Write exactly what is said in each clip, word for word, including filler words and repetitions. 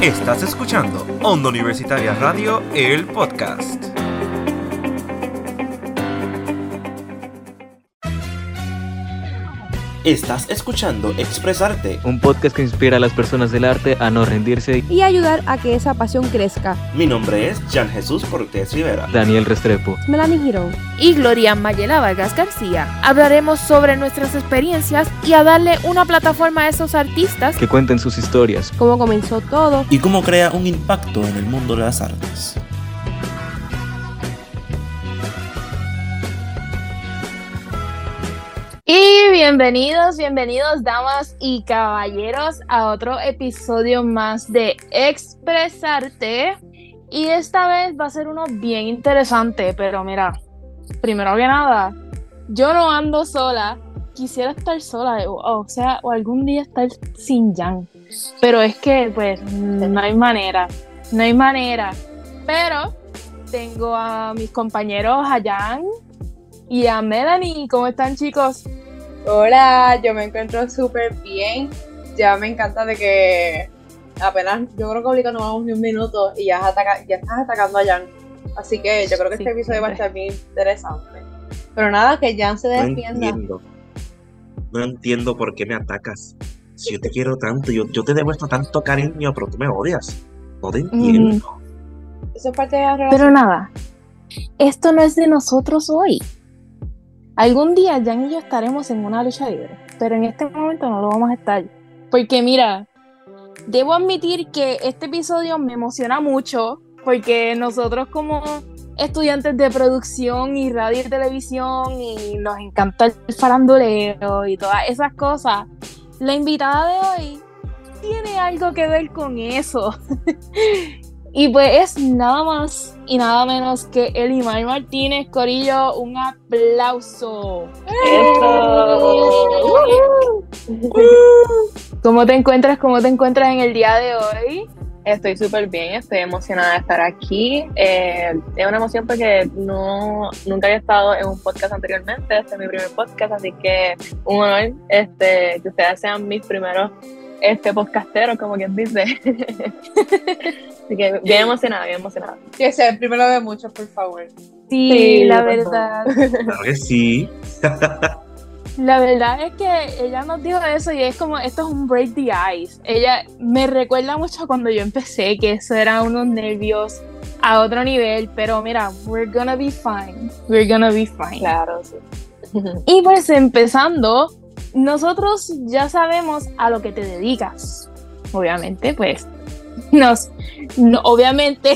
Estás escuchando Onda Universitaria Radio, el podcast. Estás escuchando Expresarte, un podcast que inspira a las personas del arte a no rendirse y ayudar a que esa pasión crezca. Mi nombre es Jan Jesús Cortés Rivera, Daniel Restrepo, Melanie Girón y Gloria Mayela Vargas García. Hablaremos sobre nuestras experiencias y a darle una plataforma a esos artistas que cuenten sus historias, cómo comenzó todo y cómo crea un impacto en el mundo de las artes. Y bienvenidos, bienvenidos damas y caballeros a otro episodio más de Expresarte. Y esta vez va a ser uno bien interesante, pero mira, primero que nada, yo no ando sola, quisiera estar sola, o, o sea, o algún día estar sin Jan, pero es que pues no hay manera, no hay manera, pero tengo a mis compañeros, a Jan y a Melanie. ¿Cómo están, chicos? Hola, yo me encuentro súper bien. Ya me encanta de que apenas, yo creo que ahorita no vamos ni un minuto y ya, ataca, ya estás atacando a Jan. Así que yo creo que sí, este episodio va a estar bien interesante. Pero nada, que Jan se defienda. No entiendo. No entiendo por qué me atacas. Si yo te quiero tanto, yo, yo te demuestro tanto cariño, pero tú me odias. No te entiendo. Mm. Eso es parte de la relación. Pero nada, esto no es de nosotros hoy. Algún día Jan y yo estaremos en una lucha libre, pero en este momento no lo vamos a estar. Porque mira, debo admitir que este episodio me emociona mucho, porque nosotros como estudiantes de producción y radio y televisión, y nos encanta el faranduleo y todas esas cosas, la invitada de hoy tiene algo que ver con eso. Y pues es nada más y nada menos que Elimar Martínez. Corillo, un aplauso. ¿Cómo te encuentras? ¿Cómo te encuentras en el día de hoy? Estoy súper bien, estoy emocionada de estar aquí. Eh, es una emoción porque no, nunca había estado en un podcast anteriormente. Este es mi primer podcast, así que un honor este, que ustedes sean mis primeros este, podcasteros, como quien dice. Así que bien emocionada, bien emocionada. Que sea el primero de muchos, por favor. Sí, sí la verdad. Claro que sí. La verdad es que ella nos dijo eso y es como, esto es un break the ice. Ella me recuerda mucho cuando yo empecé, que eso era unos nervios a otro nivel, pero mira, we're gonna be fine. We're gonna be fine. Claro, sí. Y pues empezando, nosotros ya sabemos a lo que te dedicas. Obviamente, pues, nos, no, obviamente,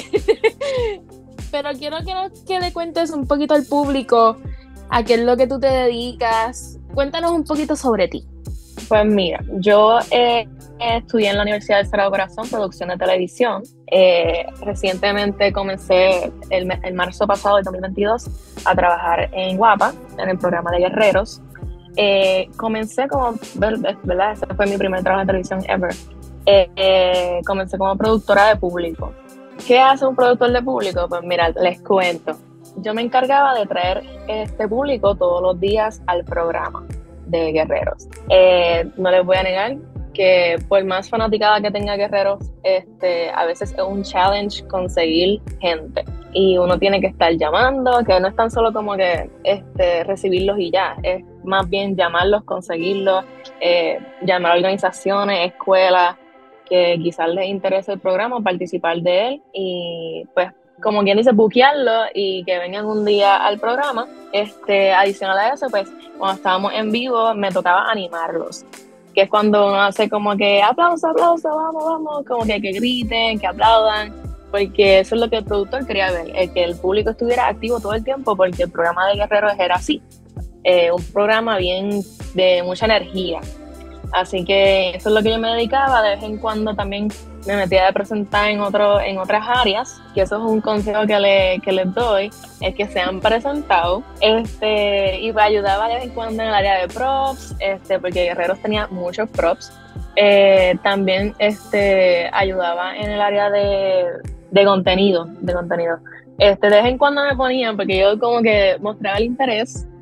pero quiero que, nos, que le cuentes un poquito al público a qué es lo que tú te dedicas. Cuéntanos un poquito sobre ti. Pues mira, yo eh, estudié en la Universidad del Sagrado Corazón, producción de televisión. Eh, recientemente comencé el, el marzo pasado del dos mil veintidós a trabajar en Guapa, en el programa de Guerreros. Eh, comencé como, ¿verdad? Ese fue mi primer trabajo de televisión ever. Eh, eh, comencé como productora de público. ¿Qué hace un productor de público? Pues mira, les cuento. Yo me encargaba de traer este público todos los días al programa de Guerreros. Eh, no les voy a negar que por más fanaticada que tenga Guerreros, este, a veces es un challenge conseguir gente. Y uno tiene que estar llamando, que no es tan solo como que este, recibirlos y ya, es más bien llamarlos, conseguirlos, eh, llamar a organizaciones, escuelas, que quizás les interese el programa, participar de él y pues como quien dice, buquearlo y que vengan un día al programa. Este, adicional a eso, pues cuando estábamos en vivo me tocaba animarlos, que es cuando uno hace como que aplauso, aplauso, vamos, vamos, como que, que griten, que aplaudan, porque eso es lo que el productor quería ver, el que el público estuviera activo todo el tiempo, porque el programa de Guerreros era así, eh, un programa bien de mucha energía. Así que eso es lo que yo me dedicaba. De vez en cuando también me metía a presentar en, otro, en otras áreas, que eso es un consejo que, le, que les doy, es que sean presentados. Este, y ayudaba de vez en cuando en el área de props, este, porque Guerreros tenía muchos props. Eh, también este, ayudaba en el área de, de contenido, de contenido. Este, de vez en cuando me ponían, porque yo como que mostraba el interés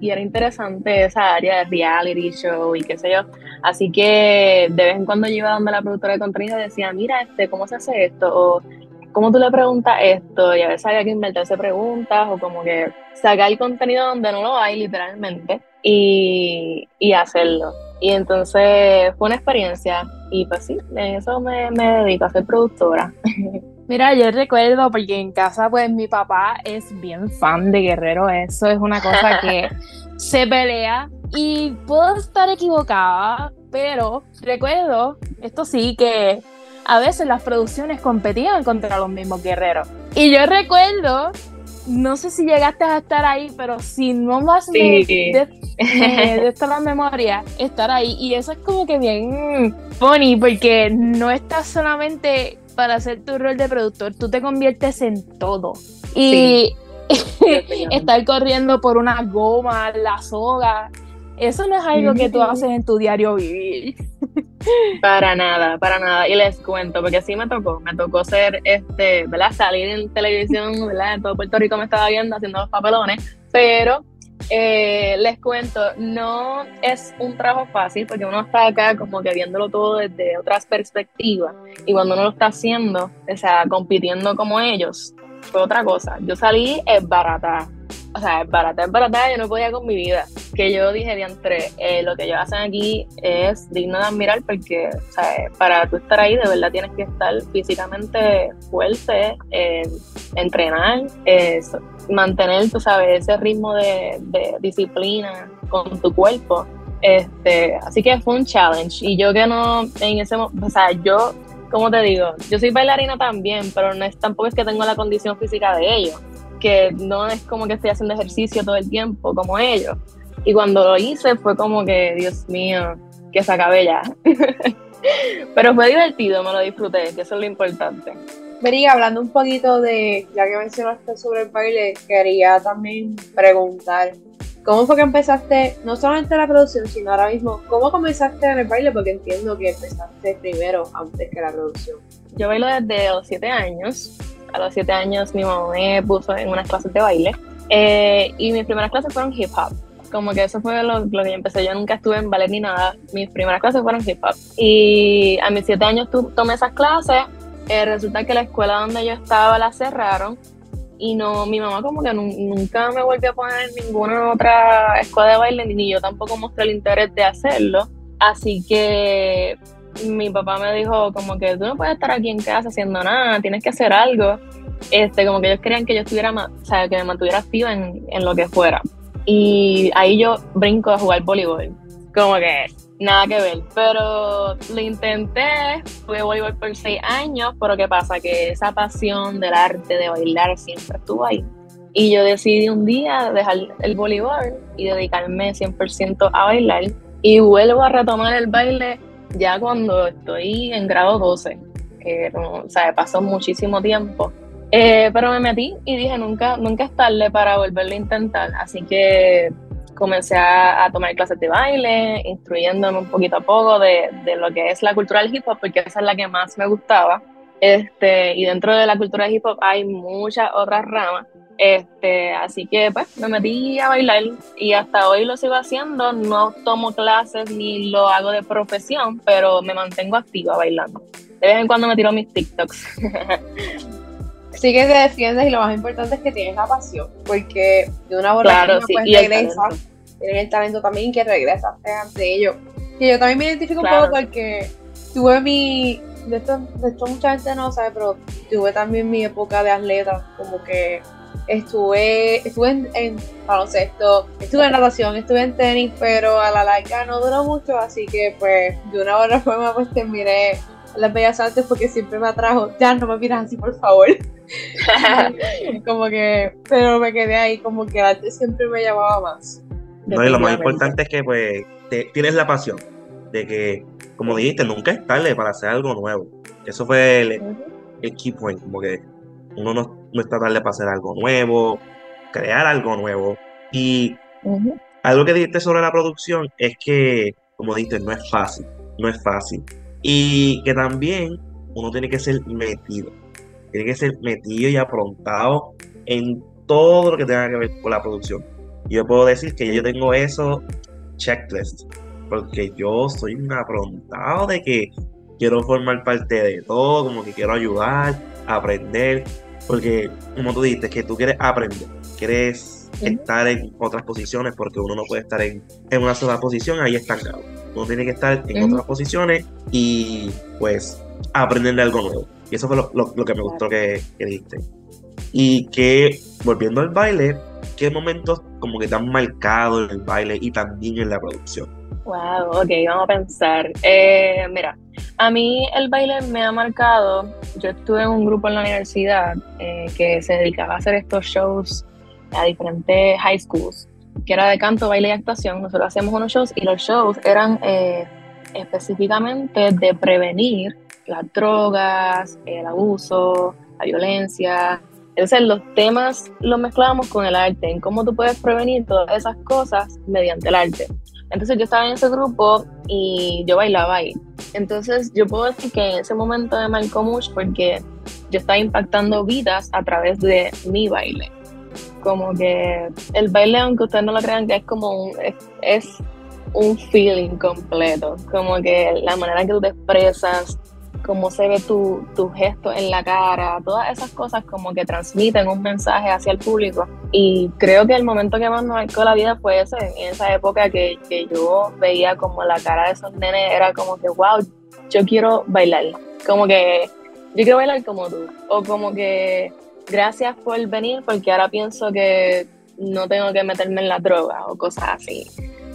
y era interesante esa área de reality show y qué sé yo. Así que de vez en cuando yo iba donde la productora de contenido y decía, mira, este, ¿cómo se hace esto? O ¿cómo tú le preguntas esto? Y a veces había que inventarse preguntas o como que sacar el contenido donde no lo hay literalmente y, y hacerlo. Y entonces fue una experiencia y pues sí, en eso me, me dedico a ser productora. Mira, yo recuerdo porque en casa pues mi papá es bien fan de Guerrero, eso es una cosa que se pelea y puedo estar equivocada, pero recuerdo, esto sí, que a veces las producciones competían contra los mismos guerreros. Y yo recuerdo, no sé si llegaste a estar ahí, pero si no más Sí. me de, me de esta la memoria, estar ahí. Y eso es como que bien funny, porque no estás solamente para hacer tu rol de productor, tú te conviertes en todo. Y estar corriendo por una goma, la soga, eso no es algo que tú haces en tu diario vivir. Para nada, para nada. Y les cuento, porque sí me tocó, me tocó ser, este, ¿verdad? Salir en televisión, ¿verdad? Todo Puerto Rico me estaba viendo haciendo los papelones, pero eh, les cuento, no es un trabajo fácil porque uno está acá como que viéndolo todo desde otras perspectivas y cuando uno lo está haciendo, o sea, compitiendo como ellos, fue otra cosa. Yo salí es barata. O sea, es barata, es barata, yo no podía con mi vida. Que yo dije, diantre, eh, lo que ellos hacen aquí es digno de admirar porque, o sea, para tú estar ahí de verdad tienes que estar físicamente fuerte, eh, entrenar, eh, mantener, tú sabes, ese ritmo de, de disciplina con tu cuerpo. Este, así que fue un challenge. Y yo que no, en ese momento, o sea, yo, como te digo, yo soy bailarina también, pero no es, tampoco es que tengo la condición física de ellos, que no es como que estoy haciendo ejercicio todo el tiempo como ellos. Y cuando lo hice fue como que, Dios mío, que se acabe ya. Pero fue divertido, me lo disfruté, que eso es lo importante. María, hablando un poquito de, ya que mencionaste sobre el baile, quería también preguntar, ¿cómo fue que empezaste, no solamente la producción, sino ahora mismo, cómo comenzaste en el baile? Porque entiendo que empezaste primero antes que la producción. Yo bailo desde los siete años. A los siete años mi mamá me puso en unas clases de baile eh, y mis primeras clases fueron hip hop. Como que eso fue lo, lo que yo empecé. Yo nunca estuve en ballet ni nada. Mis primeras clases fueron hip hop. Y a mis siete años tu, tomé esas clases. Eh, resulta que la escuela donde yo estaba la cerraron y no, mi mamá como que nu nunca me volvió a poner en ninguna otra escuela de baile, ni yo tampoco mostré el interés de hacerlo. Así que mi papá me dijo como que tú no puedes estar aquí en casa haciendo nada, tienes que hacer algo. Este, como que ellos querían que yo estuviera, o sea, que me mantuviera activa en, en lo que fuera. Y ahí yo brinco a jugar voleibol. Como que nada que ver. Pero lo intenté, jugué voleibol por seis años, pero ¿qué pasa? Que esa pasión del arte, de bailar, siempre estuvo ahí. Y yo decidí un día dejar el voleibol y dedicarme cien por ciento a bailar. Y vuelvo a retomar el baile ya cuando estoy en grado doce. Que, o sea, pasó muchísimo tiempo. Eh, pero me metí y dije, nunca, nunca es tarde para volverlo a intentar. Así que comencé a, a tomar clases de baile, instruyéndome un poquito a poco de, de lo que es la cultura del hip hop, porque esa es la que más me gustaba. Este, y dentro de la cultura del hip hop hay muchas otras ramas. Este, así que pues me metí a bailar y hasta hoy lo sigo haciendo. No tomo clases ni lo hago de profesión, pero me mantengo activa bailando. De vez en cuando me tiro mis TikToks. Sí que te defiendes y lo más importante es que tienes la pasión, porque de una buena Claro, forma sí, pues y el regresas, talento. tienes el talento también que regresas ante ello. Que yo también me identifico Claro. un poco porque tuve mi, de esto, de esto mucha gente no sabe, pero tuve también mi época de atleta, como que estuve, estuve en, en baloncesto, estuve en natación, estuve en tenis, pero a la larga no duró mucho, así que pues de una buena forma pues terminé en las Bellas Artes porque siempre me atrajo. Ya no me miras así, por favor. Como que, pero me quedé ahí, como que el arte siempre me llamaba más. No, y lo más Definitivamente. importante es que pues te- tienes la pasión de que, como dijiste, nunca es tarde para hacer algo nuevo. Eso fue el, Ujú. el key point, como que uno no, no está tarde para hacer algo nuevo, crear algo nuevo. Y Ujú. algo que dijiste sobre la producción es que, como dijiste, no es fácil, no es fácil. Y que también uno tiene que ser metido, tiene que ser metido y aprontado en todo lo que tenga que ver con la producción. Yo puedo decir que yo tengo eso checklist, porque yo soy un afrontado de que quiero formar parte de todo, como que quiero ayudar, aprender, porque como tú dijiste, que tú quieres aprender, quieres Ujú. estar en otras posiciones, porque uno no puede estar en, en una sola posición ahí estancado. Uno tiene que estar en Ujú. otras posiciones y pues aprender de algo nuevo. Y eso fue lo, lo- lo que me gustó que, que dijiste. Y que, volviendo al baile, ¿qué momentos como que te han marcado en el baile y también en la producción? Wow, ok, vamos a pensar. Eh, mira, a mí el baile me ha marcado. Yo estuve en un grupo en la universidad eh, que se dedicaba a hacer estos shows a diferentes high schools, que era de canto, baile y actuación. Nosotros hacíamos unos shows y los shows eran eh, específicamente de prevenir las drogas, el abuso, la violencia. Entonces los temas los mezclábamos con el arte, en cómo tú puedes prevenir todas esas cosas mediante el arte. Entonces yo estaba en ese grupo y yo bailaba ahí. Entonces yo puedo decir que en ese momento me marcó mucho porque yo estaba impactando vidas a través de mi baile. Como que el baile, aunque ustedes no lo crean, que es como un, es, es un feeling completo. Como que la manera en que tú te expresas, cómo se ve tu, tu gesto en la cara, todas esas cosas como que transmiten un mensaje hacia el público. Y creo que el momento que más me marcó la vida fue ese, en esa época que, que yo veía como la cara de esos nenes, era como que, wow, yo quiero bailar, como que yo quiero bailar como tú, o como que gracias por venir porque ahora pienso que no tengo que meterme en la droga o cosas así.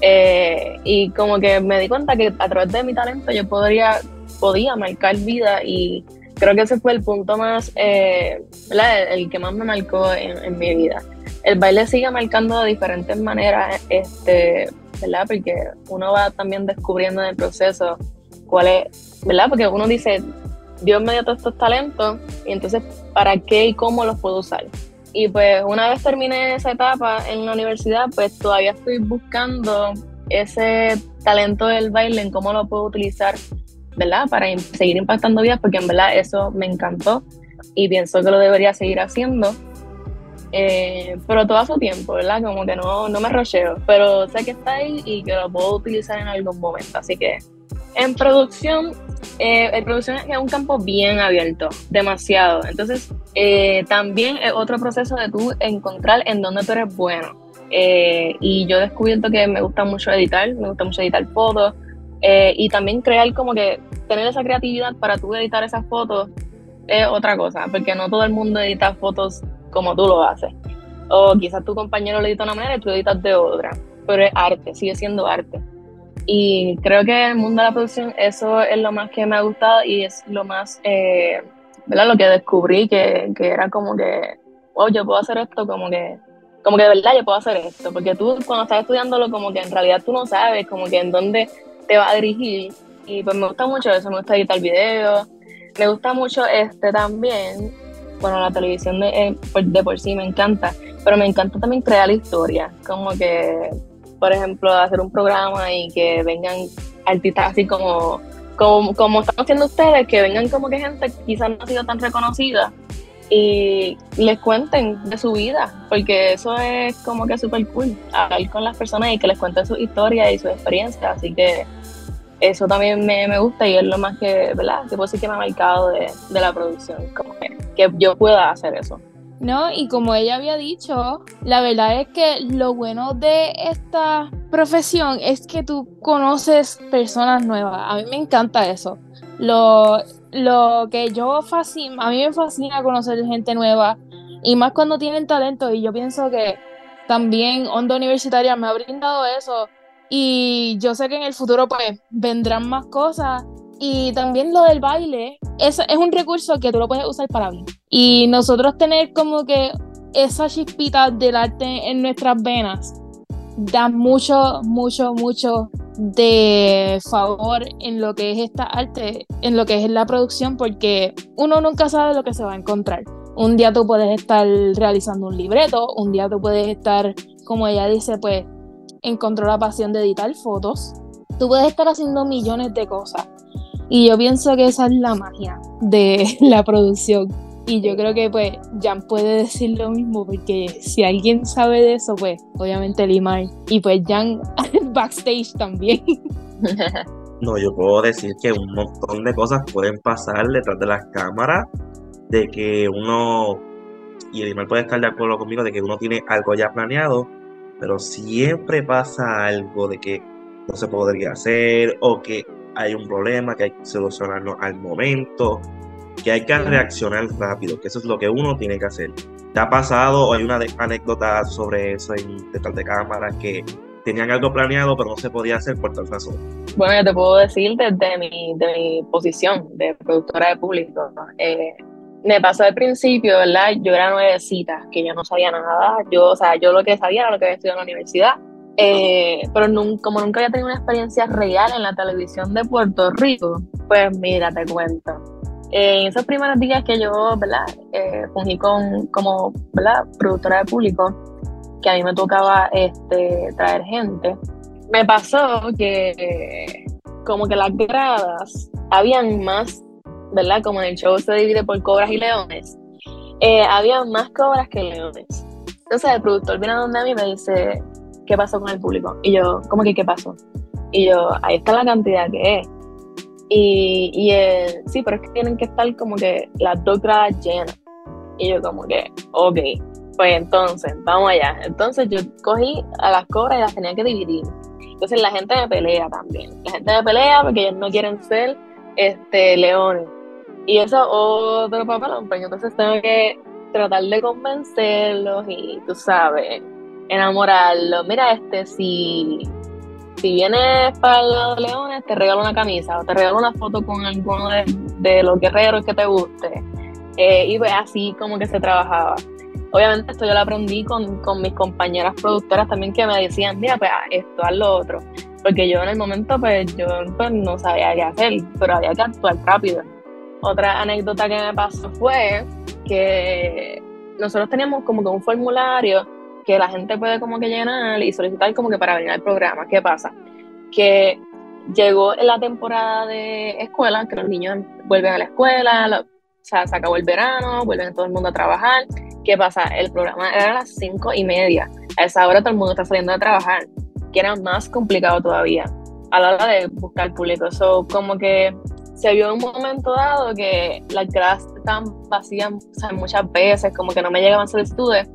Eh, y como que me di cuenta que a través de mi talento yo podría podía marcar vida y creo que ese fue el punto más, eh, ¿verdad? El, el que más me marcó en, en mi vida. El baile sigue marcando de diferentes maneras, este, ¿verdad? Porque uno va también descubriendo en el proceso cuál es, ¿verdad? Porque uno dice, Dios me dio todos estos talentos y entonces, ¿para qué y cómo los puedo usar? Y pues una vez terminé esa etapa en la universidad, pues todavía estoy buscando ese talento del baile, en cómo lo puedo utilizar, ¿verdad? Para seguir impactando vidas, porque en verdad eso me encantó y pienso que lo debería seguir haciendo. Eh, pero todo a su tiempo, ¿verdad? Como que no, no me rocheo, pero sé que está ahí y que lo puedo utilizar en algún momento. Así que en producción, eh, en producción es un campo bien abierto, demasiado. Entonces, eh, también es otro proceso de tú encontrar en dónde tú eres bueno. Eh, y yo he descubierto que me gusta mucho editar, me gusta mucho editar fotos. Eh, y también crear como que tener esa creatividad para tú editar esas fotos es otra cosa, porque no todo el mundo edita fotos como tú lo haces, o quizás tu compañero lo edita de una manera y tú editas de otra, pero es arte, sigue siendo arte. Y creo que en el mundo de la producción eso es lo más que me ha gustado y es lo más, eh, ¿verdad? Lo que descubrí que, que era como que, wow, yo puedo hacer esto, como que como que de verdad yo puedo hacer esto, porque tú cuando estás estudiándolo como que en realidad tú no sabes como que en dónde te va a dirigir, y pues me gusta mucho eso, me gusta editar videos, me gusta mucho este también, bueno, la televisión de, de por sí me encanta, pero me encanta también crear historias, como que, por ejemplo, hacer un programa y que vengan artistas así como, como, como están haciendo ustedes, que vengan como que gente que quizás no ha sido tan reconocida y les cuenten de su vida, porque eso es como que súper cool, hablar con las personas y que les cuenten sus historias y sus experiencias, así que eso también me, me gusta y es lo más que, ¿verdad? Que puedo decir que me ha marcado de, de la producción, como que, que yo pueda hacer eso. No, y como ella había dicho, la verdad es que lo bueno de esta profesión es que tú conoces personas nuevas. A mí me encanta eso. Lo, lo que yo fascina, a mí me fascina conocer gente nueva, y más cuando tienen talento, y yo pienso que también Onda Universitaria me ha brindado eso, y yo sé que en el futuro pues vendrán más cosas. Y también lo del baile, es, es un recurso que tú lo puedes usar para bien. Y nosotros tener como que esa chispita del arte en nuestras venas da mucho, mucho, mucho de favor en lo que es esta arte, en lo que es la producción, porque uno nunca sabe lo que se va a encontrar. Un día tú puedes estar realizando un libreto, un día tú puedes estar, como ella dice, pues encontró la pasión de editar fotos. Tú puedes estar haciendo millones de cosas. Y yo pienso que esa es la magia de la producción, Y yo creo que pues Jan puede decir lo mismo, porque si alguien sabe de eso, pues obviamente Limar. Y pues Jan backstage también. No, yo puedo decir que un montón de cosas pueden pasar detrás de las cámaras, de que uno, y Elimar puede estar de acuerdo conmigo, de que uno tiene algo ya planeado, pero siempre pasa algo de que no se podría hacer, o que hay un problema que hay que solucionarlo al momento, que hay que reaccionar rápido, que eso es lo que uno tiene que hacer. ¿Te ha pasado o hay una de- anécdota sobre eso en detrás de cámaras que tenían algo planeado pero no se podía hacer por tal razón? Bueno, yo te puedo decir desde mi, de mi posición de productora de público. Eh, me pasó al principio, ¿verdad? Yo era nuevecita, que yo no sabía nada. Yo, o sea, yo lo que sabía era lo que había estudiado en la universidad. Eh, pero nun- como nunca había tenido una experiencia real en la televisión de Puerto Rico, pues mira, te cuento. Eh, en esos primeros días que yo, ¿verdad? Eh, fungí con, como, ¿verdad? Productora de público, que a mí me tocaba este, traer gente, me pasó que eh, como que las gradas habían más, ¿verdad? Como en el show se divide por cobras y leones, eh, había más cobras que leones. Entonces el productor viene a donde a mí y me dice, ¿qué pasó con el público? Y yo, ¿cómo que qué pasó? Y yo, ahí está la cantidad que es. Y, y él, sí, pero es que tienen que estar como que las dos gradas llenas. Y yo como que, ok, pues entonces, vamos allá. Entonces yo cogí a las cobras y las tenía que dividir. Entonces la gente me pelea también. La gente me pelea porque ellos no quieren ser este, leones. Y eso es otro papelón, porque entonces tengo que tratar de convencerlos y, tú sabes, enamorarlos. Mira, este, si, si vienes para el lado de leones, te regalo una camisa o te regalo una foto con alguno de, de los guerreros que te guste. Eh, y pues así como que se trabajaba. Obviamente esto yo lo aprendí con, con mis compañeras productoras también, que me decían, mira, pues esto, haz lo otro. Porque yo en el momento, pues yo pues, no sabía qué hacer, pero había que actuar rápido. Otra anécdota que me pasó fue que nosotros teníamos como que un formulario que la gente puede como que llenar y solicitar como que para venir al programa. ¿Qué pasa? Que llegó la temporada de escuela, que los niños vuelven a la escuela, lo, o sea, se acabó el verano, vuelven todo el mundo a trabajar. ¿Qué pasa? El programa era a las cinco y media. A esa hora todo el mundo está saliendo de trabajar, que era más complicado todavía a la hora de buscar público. Eso como que se vio en un momento dado que las gradas estaban vacías, o sea, muchas veces, como que no me llegaban solicitudes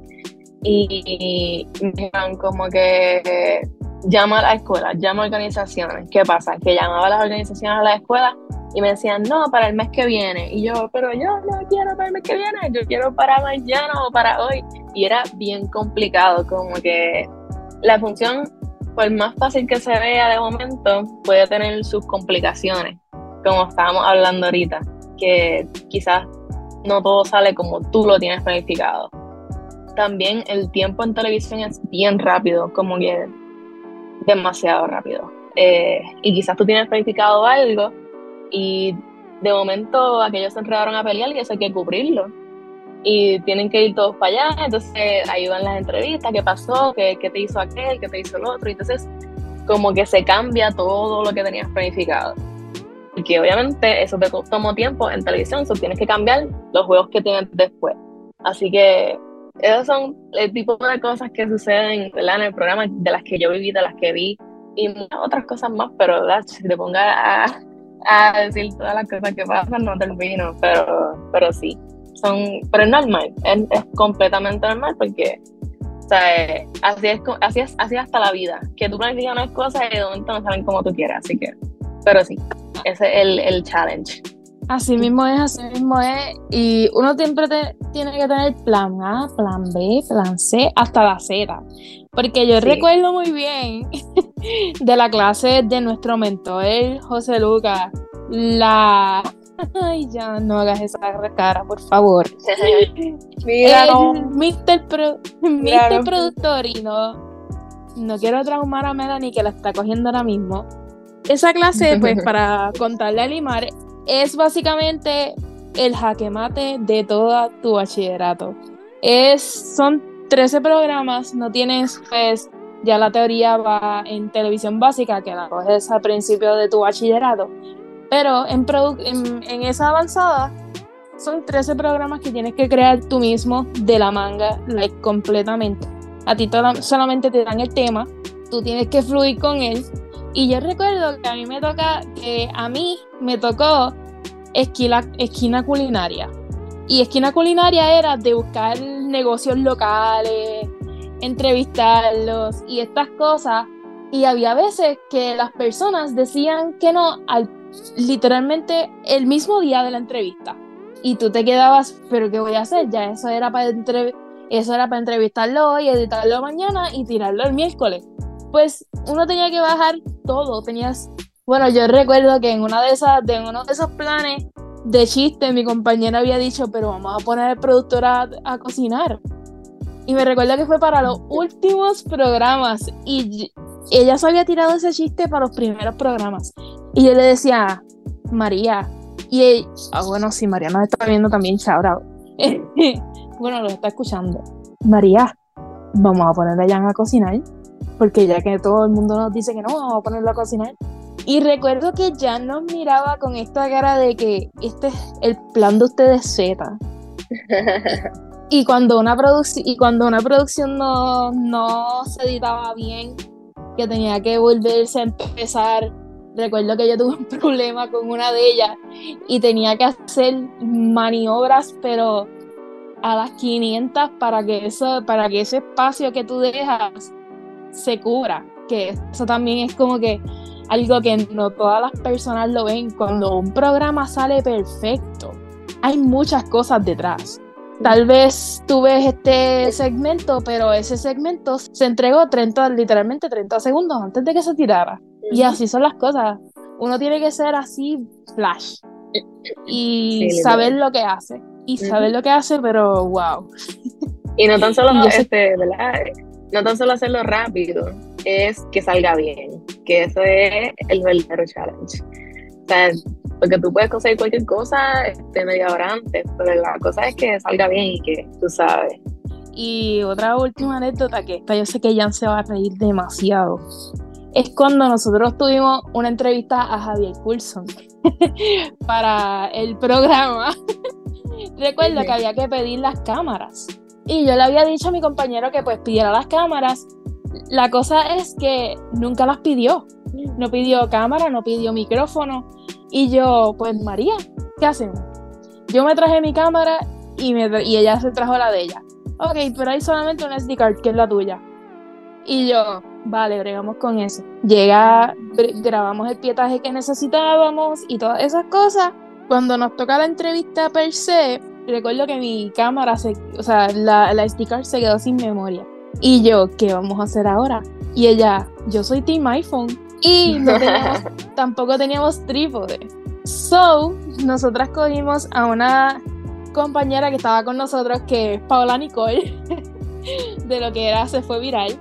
y, y me dijeron como que llama a la escuela, llama a organizaciones. ¿Ququé pasa? Que llamaba a las organizaciones a la escuela y me decían, no, para el mes que viene. Y yo, pero yo no quiero para el mes que viene, yo quiero para mañana o para hoy. Y era bien complicado, como que la función, por más fácil que se vea de momento, puede tener sus complicaciones, como estábamos hablando ahorita, que quizás no todo sale como tú lo tienes planificado. También el tiempo en televisión es bien rápido, como que demasiado rápido. Eh, y quizás tú tienes planificado algo y de momento aquellos se enredaron a pelear y eso hay que cubrirlo. Y tienen que ir todos para allá, entonces ahí van las entrevistas, qué pasó, qué, qué te hizo aquel, qué te hizo el otro. Entonces como que se cambia todo lo que tenías planificado. Porque obviamente eso te tomó tiempo en televisión, eso tienes que cambiar los juegos que tienes después. Así que esos son el tipo de cosas que suceden, ¿verdad?, en el programa, de las que yo viví, de las que vi, y muchas otras cosas más, pero ¿verdad?, si te pongas a, a decir todas las cosas que pasan, no termino, pero, pero sí, son, pero es normal, es, es completamente normal, porque o sea, eh, así, es, así, es, así es hasta la vida, que tú planificas unas cosas y de momento no salen como tú quieras, así que, pero sí, ese es el, el challenge. Así mismo es, así mismo es. Y uno siempre te, tiene que tener plan A, plan B, plan C, hasta la Z. Porque yo Sí. recuerdo muy bien de la clase de nuestro mentor, José Lucas, la... Ay, ya, no hagas esa cara, por favor. Mira, no. El mister Pro- Mira, mister no. Productor, y no, no quiero traumar a Melanie, que la está cogiendo ahora mismo. Esa clase, pues, para contarle a Limar, es básicamente el jaque mate de todo tu bachillerato. Es, son trece programas, no tienes, pues, ya la teoría va en televisión básica, que la coges al principio de tu bachillerato, pero en, produ- en, en esa avanzada son trece programas que tienes que crear tú mismo de la manga, like, completamente. A ti tola- solamente te dan el tema, tú tienes que fluir con él. Y yo recuerdo que a mí me toca, que a mí me tocó esquina, esquina culinaria. Y esquina culinaria era de buscar negocios locales, entrevistarlos y estas cosas. Y había veces que las personas decían que no al, literalmente el mismo día de la entrevista. Y tú te quedabas, ¿pero qué voy a hacer? Ya eso era para entre, eso era para entrevistarlo hoy, editarlo mañana y tirarlo el miércoles. Pues uno tenía que bajar todo. Tenías, bueno, yo recuerdo que en una de esas, de uno de esos planes de chiste, mi compañera había dicho, pero vamos a poner al productor a, a cocinar. Y me recuerdo que fue para los últimos programas y ella se había tirado ese chiste para los primeros programas. Y yo le decía, María, y ella, ah, bueno, sí, María nos está viendo también, shout out. Bueno, lo está escuchando. María, vamos a poner a Jan a cocinar, porque ya que todo el mundo nos dice que no, vamos a ponerlo a cocinar. Y recuerdo que Jan nos miraba con esta cara de que este es el plan de ustedes Z. Y cuando una producción y cuando una producción no, no se editaba bien, que tenía que volverse a empezar, recuerdo que yo tuve un problema con una de ellas y tenía que hacer maniobras, pero a las quinientas para que eso, para que ese espacio que tú dejas se cubra, que eso también es como que algo que no todas las personas lo ven. Cuando un programa sale perfecto, hay muchas cosas detrás. Tal vez tú ves este segmento, pero ese segmento se entregó treinta, literalmente treinta segundos antes de que se tirara. Y así son las cosas. Uno tiene que ser así flash y sí, saber lo que hace. Y uh-huh. saber lo que hace, pero wow. Y no tan solo este, ¿verdad? No tan solo hacerlo rápido, es que salga bien, que eso es el verdadero challenge. O sea, porque tú puedes conseguir cualquier cosa este, media hora antes, pero la cosa es que salga bien y que tú sabes. Y otra última anécdota, que esta yo sé que Jan se va a reír demasiado, es cuando nosotros tuvimos una entrevista a Javier Coulson para el programa. Recuerdo sí. que había que pedir las cámaras. Y yo le había dicho a mi compañero que pues pidiera las cámaras. La cosa es que nunca las pidió. No pidió cámara, no pidió micrófono. Y yo, pues María, ¿qué hacemos? Yo me traje mi cámara y, me, y ella se trajo la de ella. Ok, pero hay solamente una S D card, que es la tuya. Y yo, vale, bregamos con eso. Llega, grabamos el pietaje que necesitábamos y todas esas cosas. Cuando nos toca la entrevista per se, recuerdo que mi cámara, se, o sea, la, la S D card se quedó sin memoria. Y yo, ¿qué vamos a hacer ahora? Y ella, yo soy team iPhone. Y no teníamos, tampoco teníamos trípode. So, nosotras cogimos a una compañera que estaba con nosotros, que es Paola Nicole, de lo que era Se Fue Viral.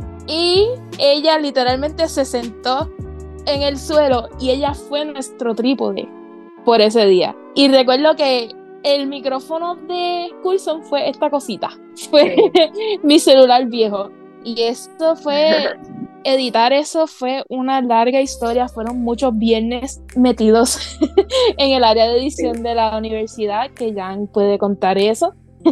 Y ella literalmente se sentó en el suelo y ella fue nuestro trípode por ese día. Y recuerdo que el micrófono de Coulson fue esta cosita. Fue sí. mi celular viejo. Y eso fue... Editar eso fue una larga historia. Fueron muchos viernes metidos en el área de edición sí. de la universidad, que Jan puede contar eso.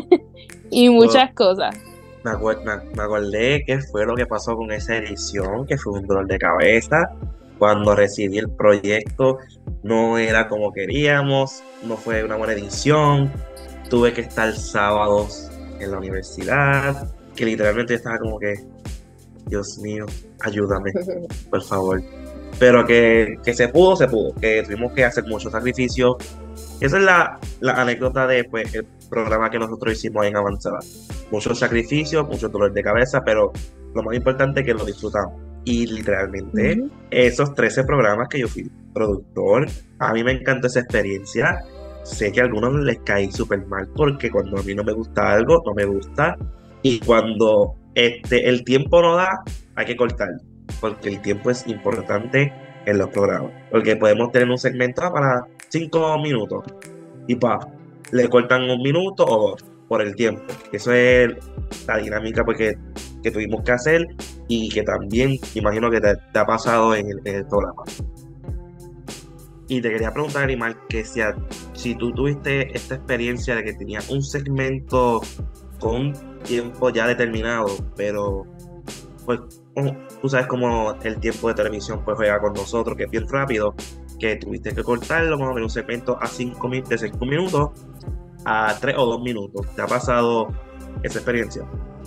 Y muchas oh, cosas. Me, acuer- me, me acordé qué fue lo que pasó con esa edición, que fue un dolor de cabeza. Cuando recibí el proyecto, no era como queríamos, no fue una buena edición. Tuve que estar sábados en la universidad, que literalmente estaba como que, Dios mío, ayúdame, por favor. Pero que, que se pudo, se pudo, que tuvimos que hacer muchos sacrificios. Esa es la, la anécdota de pues, el programa que nosotros hicimos en Avanzada. Muchos sacrificios, mucho dolor de cabeza, pero lo más importante es que lo disfrutamos. Y literalmente, uh-huh. esos trece programas que yo fui productor, a mí me encantó esa experiencia. Sé que a algunos les caí súper mal, porque cuando a mí no me gusta algo, no me gusta. Y cuando este, el tiempo no da, hay que cortarlo, porque el tiempo es importante en los programas. Porque podemos tener un segmento para cinco minutos y pa, le cortan un minuto o dos por el tiempo. Eso es la dinámica porque, que tuvimos que hacer y que también imagino que te, te ha pasado en el, en el programa. Y te quería preguntar, Animal, que si a si tú tuviste esta experiencia de que tenías un segmento con un tiempo ya determinado, pero pues como- tú sabes cómo el tiempo de televisión pues juega con nosotros, que es bien rápido, que tuviste que cortarlo como de un segmento a cinco min- de cinco minutos a tres o dos minutos. ¿Te ha pasado esa experiencia?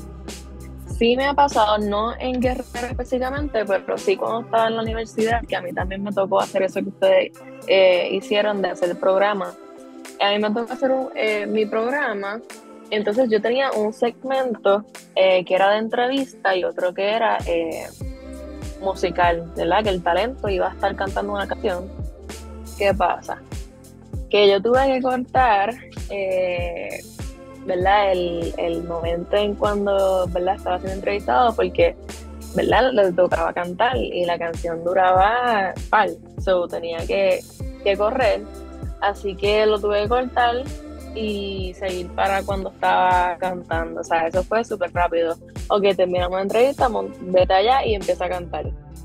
Sí me ha pasado, no en Guerrero específicamente, pero sí cuando estaba en la universidad, que a mí también me tocó hacer eso que ustedes eh, hicieron de hacer el programa. A mí me tocó hacer un, eh, mi programa, entonces yo tenía un segmento eh, que era de entrevista y otro que era eh, musical, ¿verdad? Que el talento iba a estar cantando una canción. ¿Qué pasa? Que yo tuve que cortar, eh, ¿verdad? El, el momento en cuando, ¿verdad? Estaba siendo entrevistado porque, ¿verdad? Le tocaba cantar y la canción duraba par, so tenía que, que correr, así que lo tuve que cortar y seguir para cuando estaba cantando, o sea, eso fue súper rápido. Ok, terminamos la entrevista, mon- vete allá y empieza a cantar.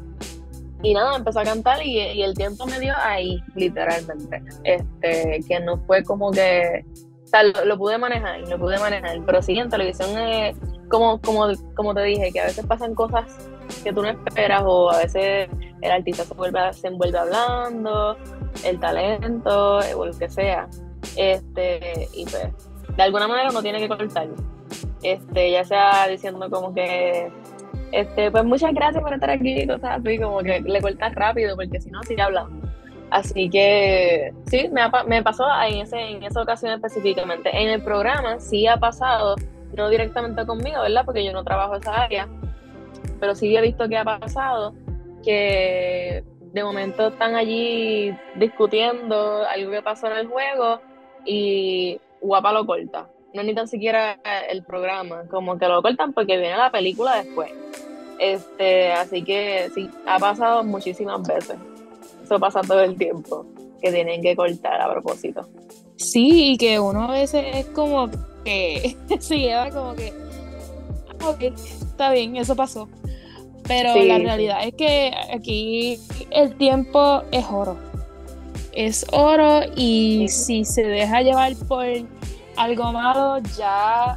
Y nada, empecé a cantar y, y el tiempo me dio ahí, literalmente. Este, que no fue como que, o sea, lo, lo pude manejar, lo pude manejar. Pero sí, en televisión es como, como, como te dije, que a veces pasan cosas que tú no esperas o a veces el artista se, vuelve, se envuelve hablando, el talento o lo que sea. Este, y pues, de alguna manera uno tiene que cortar. Este, ya sea diciendo como que Este, pues muchas gracias por estar aquí, cosas así, como que le cortas rápido, porque si no, sigue hablando. Así que sí, me, ha, me pasó en, ese, en esa ocasión específicamente. En el programa sí ha pasado, no directamente conmigo, ¿verdad? Porque yo no trabajo esa área, pero sí he visto que ha pasado, que de momento están allí discutiendo algo que pasó en el juego y Guapa lo corta. No es ni tan siquiera el programa, como que lo cortan porque viene la película después. Este, así que sí, ha pasado muchísimas veces. Eso pasa todo el tiempo, que tienen que cortar a propósito. Sí, y que uno a veces es como que se lleva como que, ah, ok, está bien, eso pasó. Pero Sí, la sí. realidad es que aquí el tiempo es oro. Es oro y Ujú. si se deja llevar por algo malo, ya,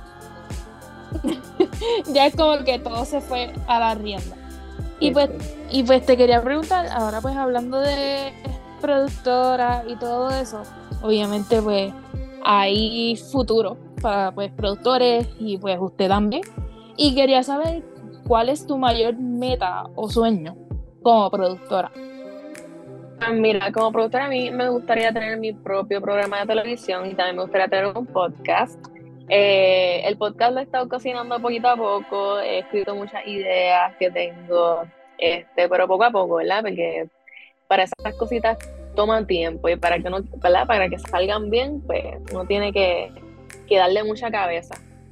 ya es como que todo se fue a la rienda. Y Sí, pues, sí. y pues te quería preguntar, ahora pues hablando de productora y todo eso, obviamente pues hay futuro para pues productores y pues usted también. Y quería saber cuál es tu mayor meta o sueño como productora. Pues mira, como productora a mí me gustaría tener mi propio programa de televisión y también me gustaría tener un podcast. Eh, el podcast lo he estado cocinando poquito a poco, he escrito muchas ideas que tengo, este, pero poco a poco, ¿verdad? Porque para esas cositas toman tiempo y para que no, ¿verdad? Para que salgan bien, pues uno tiene que, que darle mucha cabeza.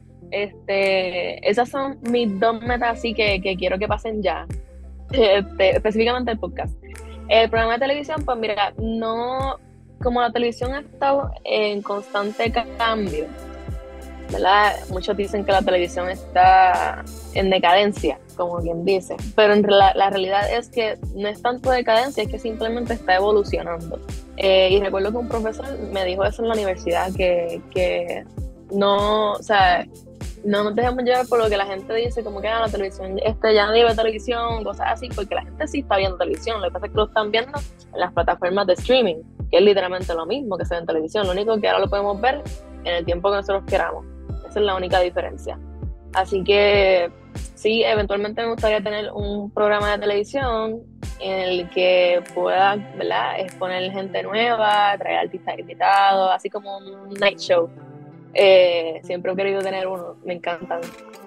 Este, esas son mis dos metas así que, que quiero que pasen ya. Este, específicamente el podcast. El programa de televisión, pues mira, no, como la televisión ha estado en constante cambio, ¿verdad? Muchos dicen que la televisión está en decadencia, como quien dice, pero en la, la realidad es que no es tanto decadencia, es que simplemente está evolucionando. Eh, y recuerdo que un profesor me dijo eso en la universidad, que, que no, o sea, no nos dejemos llevar por lo que la gente dice, como que ah, la televisión, este, ya no lleva televisión, cosas así, porque la gente sí está viendo televisión, lo que pasa es que lo están viendo en las plataformas de streaming, que es literalmente lo mismo que se ve en televisión, lo único que ahora lo podemos ver en el tiempo que nosotros queramos, esa es la única diferencia. Así que sí, eventualmente me gustaría tener un programa de televisión en el que pueda, ¿verdad?, exponer gente nueva, traer artistas invitados, así como un night show. Eh, siempre he querido tener uno, me encantan.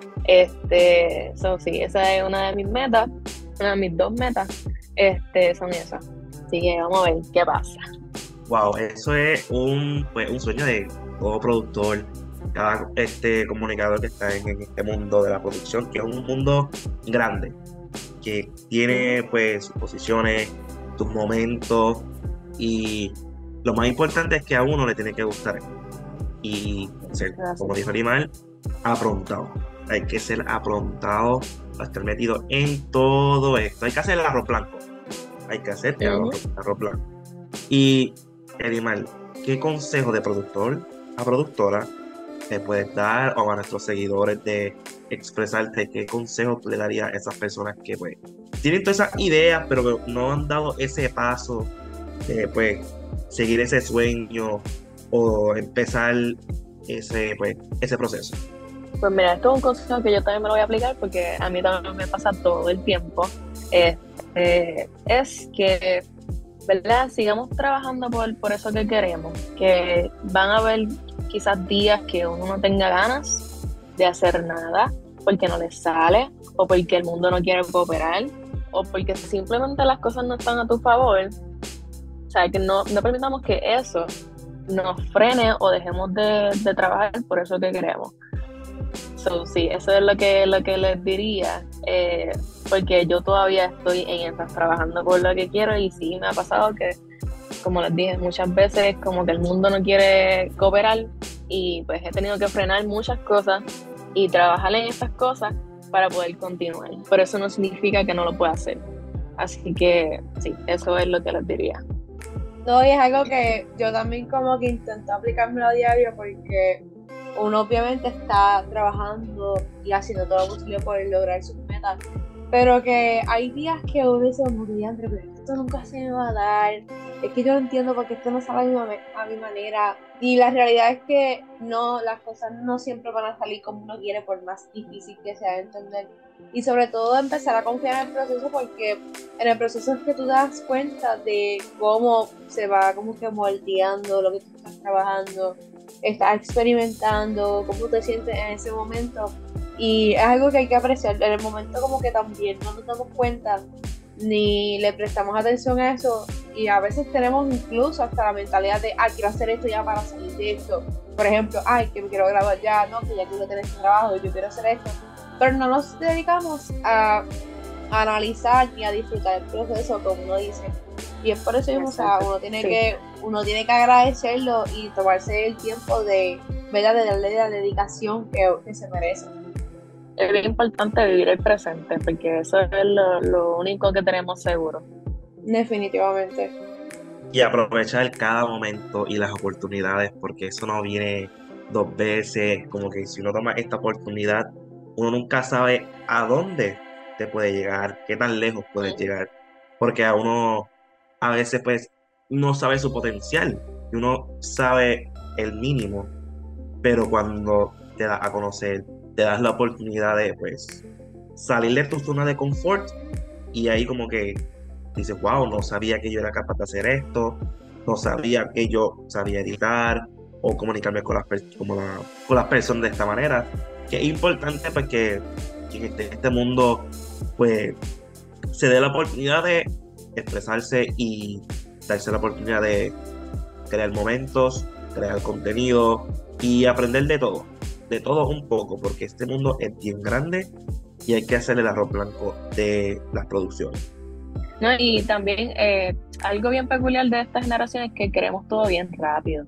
Este, so, sí, esa es una de mis metas, una de mis dos metas, este, son esas. Así que vamos a ver qué pasa. Wow, eso es un, pues, un sueño de todo productor, cada este, comunicador que está en, en este mundo de la producción, que es un mundo grande, que tiene pues sus posiciones, sus momentos, y lo más importante es que a uno le tiene que gustar y ser, Gracias. como dijo Limal, aprontado. Hay que ser aprontado para estar metido en todo esto. Hay que hacer el arroz blanco. Hay que hacer el Ujú. arroz, arroz blanco. Y, Elimal, ¿qué consejo de productor a productora le puedes dar o a nuestros seguidores de expresarte qué consejo tú le darías a esas personas que pues tienen todas esas ideas pero que no han dado ese paso de pues seguir ese sueño o empezar ese pues ese proceso? Pues mira, esto es un consejo que yo también me lo voy a aplicar porque a mí también me pasa todo el tiempo. Este, es que, ¿verdad? Sigamos trabajando por, por eso que queremos, que van a haber quizás días que uno no tenga ganas de hacer nada porque no le sale o porque el mundo no quiere cooperar o porque simplemente las cosas no están a tu favor. O sea, que no, no permitamos que eso nos frene o dejemos de, de trabajar por eso que queremos. So, sí, eso es lo que, lo que les diría, eh, porque yo todavía estoy en esas, trabajando por lo que quiero y sí me ha pasado que, como les dije muchas veces, como que el mundo no quiere cooperar y pues he tenido que frenar muchas cosas y trabajar en esas cosas para poder continuar, pero eso no significa que no lo pueda hacer, así que sí, eso es lo que les diría. No, y es algo que yo también como que intento aplicármelo a diario porque uno obviamente está trabajando y haciendo todo lo posible por lograr sus metas, pero que hay días que uno dice, como que ya, pero esto nunca se me va a dar, es que yo no entiendo por qué esto no sale a mi, a mi manera, y la realidad es que no, las cosas no siempre van a salir como uno quiere, por más difícil que sea de entender, y sobre todo empezar a confiar en el proceso, porque en el proceso es que tú te das cuenta de cómo se va como que moldeando lo que tú estás trabajando, estás experimentando, cómo te sientes en ese momento, y es algo que hay que apreciar. En el momento como que también no nos damos cuenta ni le prestamos atención a eso, y a veces tenemos incluso hasta la mentalidad de ah, quiero hacer esto ya para salir de esto, por ejemplo, ay, que me quiero grabar ya, no, que ya quiero tener este trabajo, yo quiero hacer esto, pero no nos dedicamos a, a analizar ni a disfrutar el proceso, como uno dice. Y es por eso mismo, o sea, uno tiene sí. que uno tiene que agradecerlo y tomarse el tiempo de, ¿verdad?, de darle la dedicación que, que se merece. Es bien importante vivir el presente, porque eso es lo, lo único que tenemos seguro. Definitivamente. Y aprovechar cada momento y las oportunidades, porque eso no viene dos veces. Como que si uno toma esta oportunidad, uno nunca sabe a dónde te puede llegar, qué tan lejos puedes sí. llegar, porque a uno a veces pues no sabe su potencial, y uno sabe el mínimo, pero cuando te das a conocer, te das la oportunidad de pues salir de tu zona de confort, y ahí como que dices, wow, no sabía que yo era capaz de hacer esto, no sabía que yo sabía editar o comunicarme con las, como la, con las personas de esta manera, que es importante pues que, que en este, este mundo pues se dé la oportunidad de expresarse y darse la oportunidad de crear momentos, crear contenido y aprender de todo, de todo un poco, porque este mundo es bien grande y hay que hacerle el arroz blanco de las producciones. No, y también eh, algo bien peculiar de esta generación es que queremos todo bien rápido,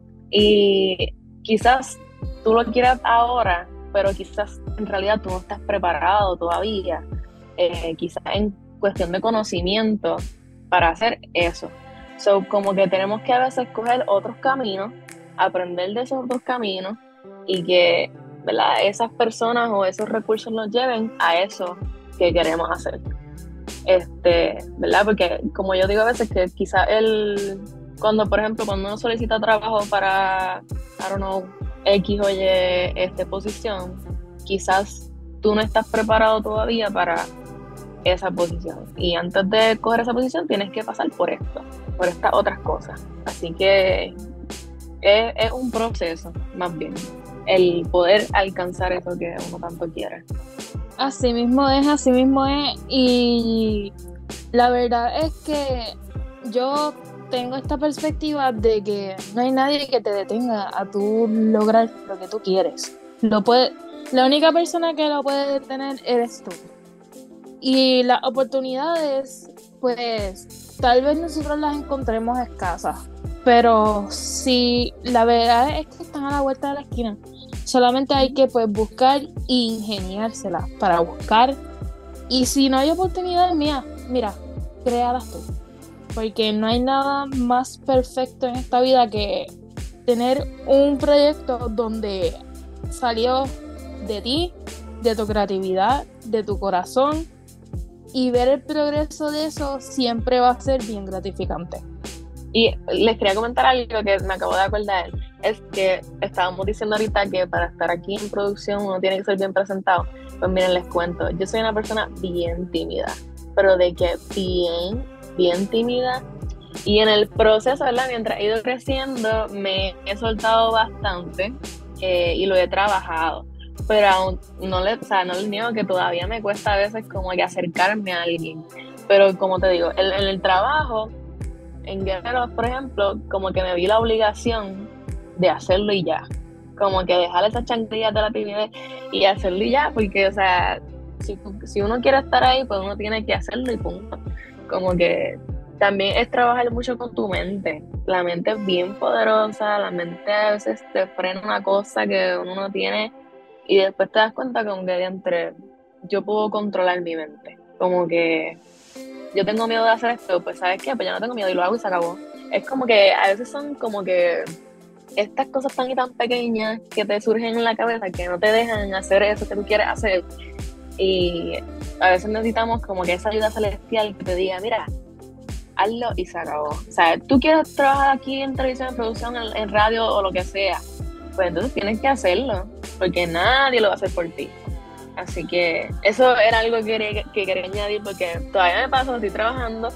y quizás tú lo quieras ahora, pero quizás en realidad tú no estás preparado todavía, eh, quizás en cuestión de conocimiento para hacer eso. So, como que tenemos que a veces coger otros caminos, aprender de esos otros caminos, y que, ¿verdad?, esas personas o esos recursos nos lleven a eso que queremos hacer. Este, ¿verdad? Porque como yo digo a veces que quizás el cuando por ejemplo cuando uno solicita trabajo para I don't know X o Y este, posición, quizás tú no estás preparado todavía para esa posición, y antes de coger esa posición tienes que pasar por esto, por estas otras cosas, así que es, es un proceso más bien el poder alcanzar eso que uno tanto quiere. Así mismo es, así mismo es, y la verdad es que yo tengo esta perspectiva de que no hay nadie que te detenga a tú lograr lo que tú quieres. Lo puede, la única persona que lo puede detener eres tú. Y las oportunidades, pues, tal vez nosotros las encontremos escasas, pero si la verdad es que están a la vuelta de la esquina. Solamente hay que pues buscar e ingeniárselas para buscar. Y si no hay oportunidades, mira, mira, créalas tú. Porque no hay nada más perfecto en esta vida que tener un proyecto donde salió de ti, de tu creatividad, de tu corazón, y ver el progreso de eso siempre va a ser bien gratificante. Y les quería comentar algo que me acabo de acordar, es que estábamos diciendo ahorita que para estar aquí en producción uno tiene que ser bien presentado. Pues miren, les cuento, yo soy una persona bien tímida, pero de que bien, bien tímida, y en el proceso, ¿verdad? Mientras he ido creciendo, me he soltado bastante eh, y lo he trabajado, pero aún no le, o sea, no les niego que todavía me cuesta a veces como que acercarme a alguien, pero como te digo, en, en el trabajo, en Guerreros, por ejemplo, como que me vi la obligación de hacerlo y ya, como que dejar esas chanclillas de la timidez y hacerlo y ya, porque, o sea, si, si uno quiere estar ahí, pues uno tiene que hacerlo y punto. Como que también es trabajar mucho con tu mente. La mente es bien poderosa, la mente a veces te frena una cosa que uno no tiene y después te das cuenta como que entre yo puedo controlar mi mente. Como que yo tengo miedo de hacer esto, pues ¿sabes qué? Pues yo no tengo miedo y lo hago y se acabó. Es como que a veces son como que estas cosas tan y tan pequeñas que te surgen en la cabeza que no te dejan hacer eso que tú quieres hacer. Y a veces necesitamos como que esa ayuda celestial que te diga, mira, hazlo y se acabó. O sea, tú quieres trabajar aquí en televisión, en producción, en, en radio o lo que sea, pues entonces tienes que hacerlo, porque nadie lo va a hacer por ti. Así que eso era algo que quería, que quería añadir, porque todavía me pasa, estoy trabajando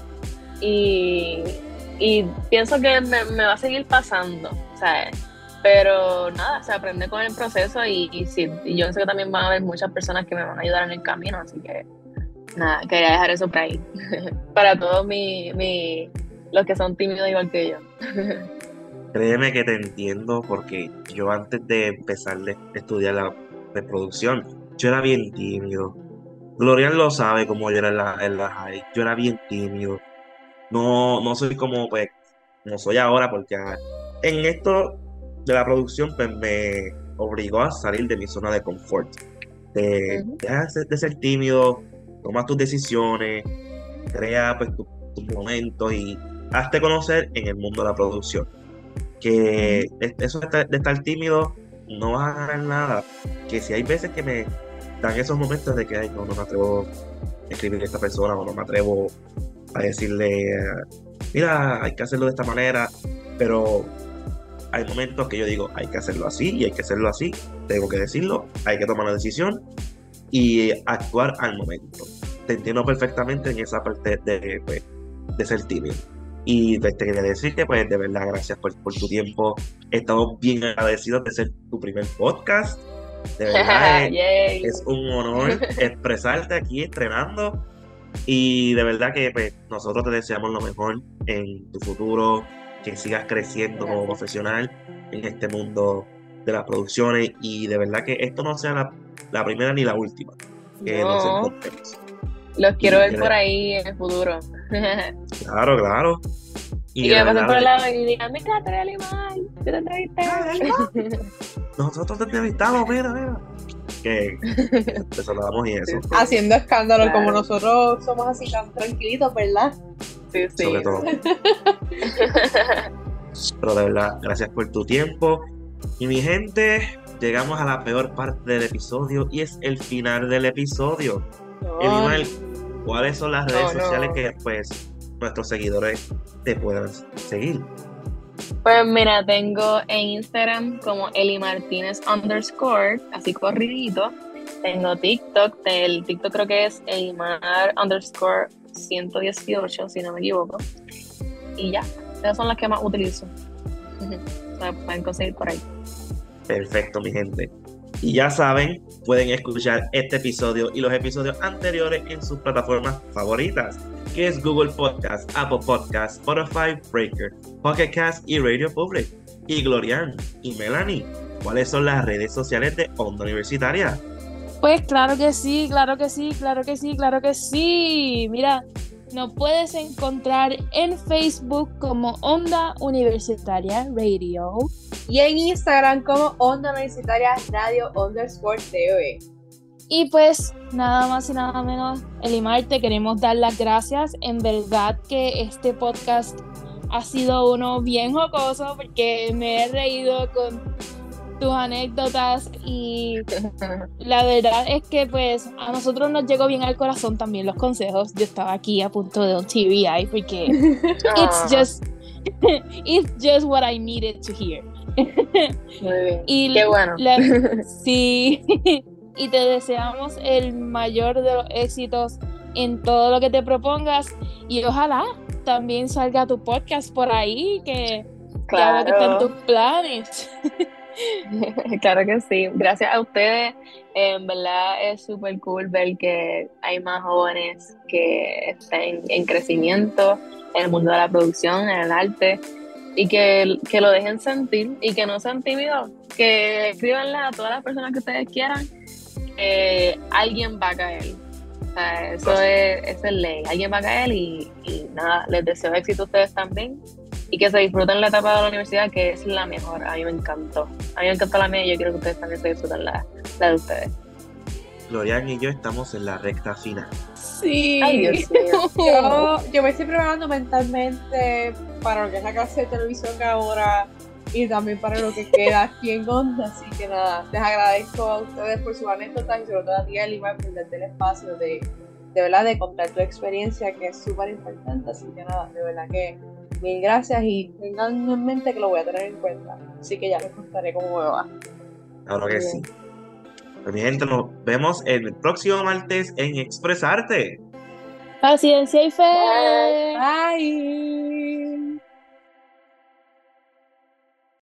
y, y pienso que me, me va a seguir pasando, ¿sabes? Pero nada, se aprende con el proceso y, y, sí, y yo sé que también van a haber muchas personas que me van a ayudar en el camino, así que nada, quería dejar eso por ahí. Para todos mi, mi, los que son tímidos igual que yo. Créeme que te entiendo, porque yo antes de empezar a estudiar la de producción, yo era bien tímido. Glorian lo sabe, como yo era en la, en la high. Yo era bien tímido. No, no soy como, pues, no soy ahora, porque ah, en esto de la producción, pues, me obligó a salir de mi zona de confort. De, Ujú. de, de ser tímido, toma tus decisiones, crea, pues, tu- tus momentos y hazte conocer en el mundo de la producción. Que es- eso de estar, de estar tímido no vas a ganar nada. Que si hay veces que me dan esos momentos de que ay, no, no me atrevo a escribir a esta persona o no me atrevo a decirle, eh, mira, hay que hacerlo de esta manera, pero hay momentos que yo digo, hay que hacerlo así y hay que hacerlo así, tengo que decirlo, hay que tomar una decisión y actuar al momento. Te entiendo perfectamente en esa parte de, pues, de ser tímido. Y pues, te quería decir que, pues, de verdad, gracias por, por tu tiempo. Estamos bien agradecidos de ser tu primer podcast. De verdad, es, Yay. es un honor expresarte aquí estrenando. Y de verdad que pues, nosotros te deseamos lo mejor en tu futuro, que sigas creciendo como profesional en este mundo de las producciones. Y de verdad que esto no sea la, la primera ni la última que nos No, encontremos. los quiero Y ver que por de- ahí en el futuro. Claro, claro. Y Y que de me pasen verdad, por el de- lado y digan, mira, trae el animal, yo te entrevisté. nosotros te entrevistamos, mira, mira. Que te saludamos y eso, Haciendo escándalo, Claro. como nosotros somos así tan tranquilitos, ¿verdad? Sí, sí. sobre todo. Pero de verdad, gracias por tu tiempo. Y mi gente, llegamos a la peor parte del episodio y es el final del episodio. Elimal, ¿cuáles son las redes Oh, no. sociales que pues nuestros seguidores te puedan seguir? Pues mira, tengo en Instagram como Eli Martínez underscore, así corridito. Tengo TikTok, el TikTok creo que es Elimar underscore ciento dieciocho, si no me equivoco. Y ya, esas son las que más utilizo. O sea, pueden conseguir por ahí. Perfecto, mi gente. Y ya saben, pueden escuchar este episodio y los episodios anteriores en sus plataformas favoritas, que es Google Podcast, Apple Podcast, Spotify, Breaker, Pocket Cast y Radio Public. Y Glorian y Melanie, ¿cuáles son las redes sociales de Onda Universitaria? Pues claro que sí, claro que sí, claro que sí, claro que sí. Mira, nos puedes encontrar en Facebook como Onda Universitaria Radio. Y en Instagram como Onda Universitaria Radio underscore T V. Y pues nada más y nada menos, Elimar, te queremos dar las gracias. En verdad que este podcast ha sido uno bien jocoso porque me he reído con tus anécdotas y la verdad es que pues a nosotros nos llegó bien al corazón también los consejos. Yo estaba aquí a punto de un T B I porque it's just it's just what I needed to hear. Muy bien. Y Qué bueno. la- sí, y te deseamos el mayor de los éxitos en todo lo que te propongas y ojalá también salga tu podcast por ahí, que ya veo que está en Claro. tus planes. Claro que sí. Gracias a ustedes. En verdad es súper cool ver que hay más jóvenes que estén en crecimiento en el mundo de la producción, en el arte, y que, que lo dejen sentir y que no sean tímidos, que escríbanle a todas las personas que ustedes quieran, que alguien va a caer. O sea, eso es, eso es ley. Alguien va a caer y, y nada, les deseo éxito a ustedes también. Y que se disfruten la etapa de la universidad, que es la mejor. A mí me encantó. A mí me encantó la mía y yo quiero que ustedes también se disfruten la, la de ustedes. Glorian y yo estamos en la recta final. Sí. Ay, Dios mío. Yo, yo me estoy preparando mentalmente para lo que es la clase de televisión ahora y también para lo que queda aquí en Onda. Así que nada, les agradezco a ustedes por sus anécdotas y sobre todo a ti, Elima, por darte el espacio de, de verdad de contar tu experiencia, que es súper importante. Así que nada, de verdad que mil gracias y tengan en mente que lo voy a tener en cuenta. Así que ya les contaré cómo me va. Claro que sí. Pues mi gente, nos vemos el próximo martes en Expresarte. Paciencia y fe. Bye.